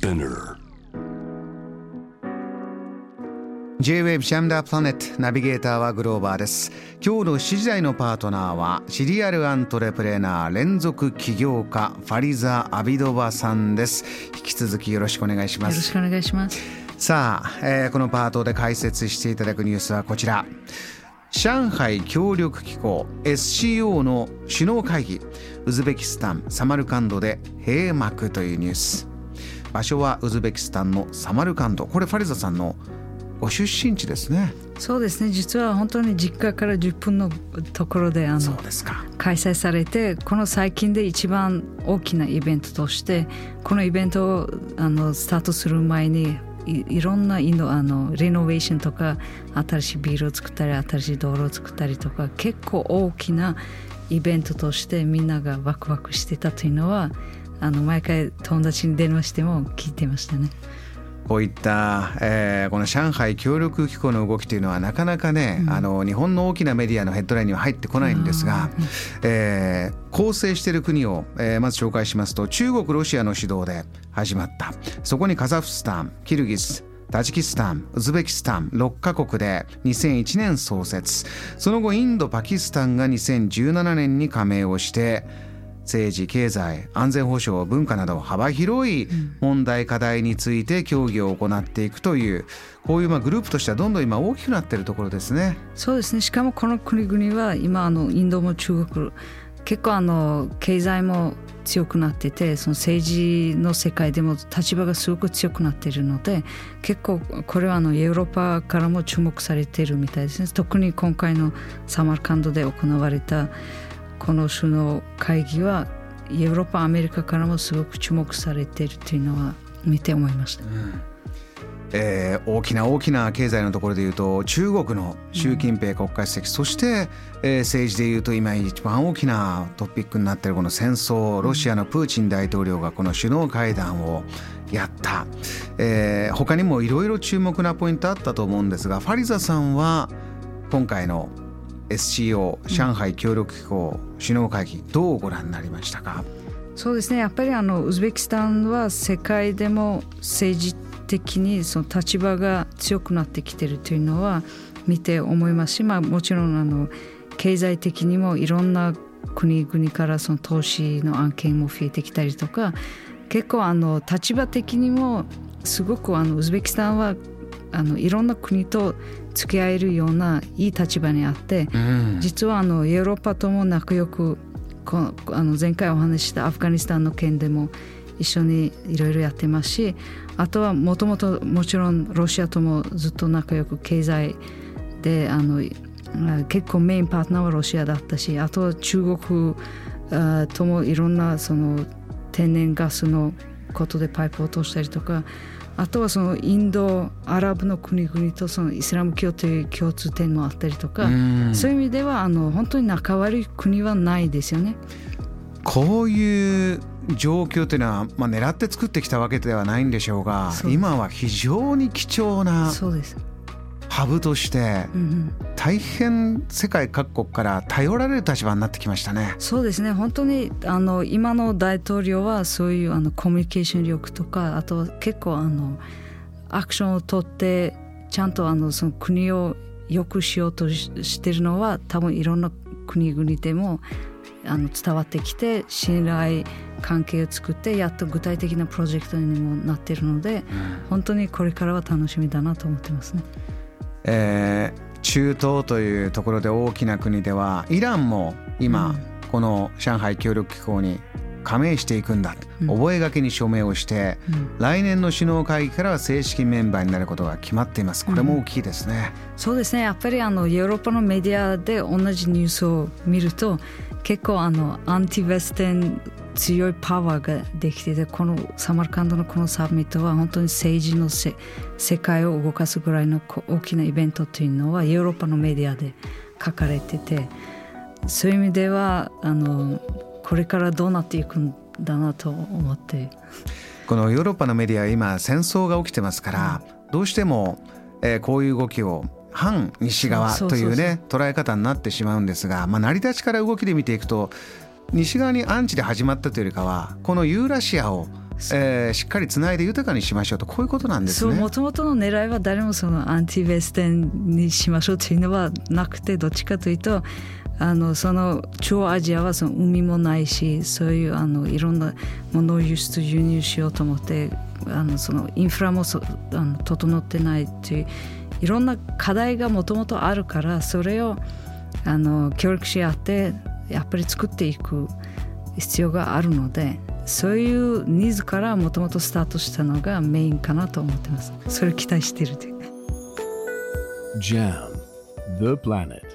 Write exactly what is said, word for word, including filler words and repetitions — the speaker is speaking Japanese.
Spinner J-ウェーブ ジャムダープラネットナビゲーターはグローバーです。今日のしちじ台のパートナーはシリアルアントレプレナー連続起業家ファリザ・アビドバさんです。引き続きよろしくお願いします。 よろしくお願いします。 さあ、えー、このパートで解説していただくニュースはこちら。上海協力機構 エスシーオー の首脳会議、ウズベキスタンサマルカンドで閉幕というニュース。場所はウズベキスタンのサマルカンド。これファリザさんのご出身地ですね。 そうですね、実は本当に実家からじゅっぷんのところであのそうですか開催されて、この最近で一番大きなイベントとして、このイベントをあのスタートする前に い, いろんなインドあのリノベーションとか、新しいビルを作ったり新しい道路を作ったりとか、結構大きなイベントとしてみんながワクワクしてたというのは、あの毎回友達に電話しても聞いてましたね。 こういった、えー、この上海協力機構の動きというのはなかなかね、うん、あの日本の大きなメディアのヘッドラインには入ってこないんですが、えー、構成している国を、えー、まず紹介しますと、中国ロシアの主導で始まった。そこにカザフスタン、キルギス、タジキスタン、ウズベキスタンろっカ国でにせんいちねん創設。その後インド、パキスタンがにせんじゅうななねんに加盟をして、政治、経済、安全保障、文化など幅広い問題課題について協議を行っていくという、こういうまあグループとしてはどんどん今大きくなっているところですね。 そうですね。しかもこの国々は今あのインドも中国、結構あの経済も強くなってて、その政治の世界でも立場がすごく強くなっているので、結構これはあのヨーロッパからも注目されているみたいですね。特に今回のサマルカンドで行われたこの首脳会議はヨーロッパ、アメリカからもすごく注目されているというのは見て思いました、うんえー、大きな大きな経済のところでいうと、中国の習近平国家主席、うん、そして、えー、政治でいうと今一番大きなトピックになっているこの戦争、ロシアのプーチン大統領がこの首脳会談をやった、えー、他にもいろいろ注目なポイントあったと思うんですが、ファリザさんは今回のエスシーオー 上海協力機構首脳会議、どうご覧になりましたか？ そうですね、やっぱりあのウズベキスタンは世界でも政治的にその立場が強くなってきているというのは見て思いますし、まあ、もちろんあの経済的にもいろんな国々からその投資の案件も増えてきたりとか、結構あの立場的にもすごくあのウズベキスタンはあのいろんな国と付き合えるようないい立場にあって、うん、実はあのヨーロッパとも仲良く、こあの前回お話ししたアフガニスタンの件でも一緒にいろいろやってますし、あとはもともともちろんロシアともずっと仲良く経済であの結構メインパートナーはロシアだったし、あとは中国ともいろんなその天然ガスのことでパイプを通したりとか、あとはそのインド、アラブの国々とそのイスラム教という共通点もあったりとか、うそういう意味ではあの本当に仲悪い国はないですよね。 こういう状況というのは、まあ、狙って作ってきたわけではないんでしょうが、今は非常に貴重なハブとして大変世界各国から頼られる立場になってきましたね。 そうですね、本当にあの今の大統領はそういうあのコミュニケーション力とか、あとは結構あのアクションを取ってちゃんとあのその国を良くしようとしているのは、多分いろんな国々でもあの伝わってきて、信頼関係を作ってやっと具体的なプロジェクトにもなっているので、うん、本当にこれからは楽しみだなと思ってますね。 えー、中東というところで大きな国ではイランも今、うん、この上海協力機構に加盟していくんだ、うん、覚書に署名をして、うん、来年の首脳会議からは正式メンバーになることが決まっています。これも大きいですね、 うん、そうですね、やっぱりあのヨーロッパのメディアで同じニュースを見ると、結構あのアンティウェステン強いパワーができていて、このサマルカンドのこのサミットは本当に政治のせ世界を動かすぐらいの大きなイベントというのはヨーロッパのメディアで書かれてて、そういう意味ではあのこれからどうなっていくんだなと思って、 このヨーロッパのメディアは今戦争が起きてますから、うん、どうしても、えー、こういう動きを反西側というね捉え方になってしまうんですが、まあ、成り立ちから動きで見ていくと、西側にアンチで始まったというよりかは、このユーラシアをえー、しっかりつないで豊かにしましょうと、こういうことなんですね。 そう、もともとの狙いは誰もそのアンティウェスタンにしましょうというのはなくて、どっちかというとあのその中央アジアはその海もないし、そういうあのいろんなものを輸出輸入しようと思って、あのそのインフラもそあの整ってないっていういろんな課題がもともとあるから、それをあの協力し合ってやっぱり作っていく必要があるので、そういうニーズからもともとスタートしたのがメインかなと思ってます。それを期待しているという。 ジャム The Planet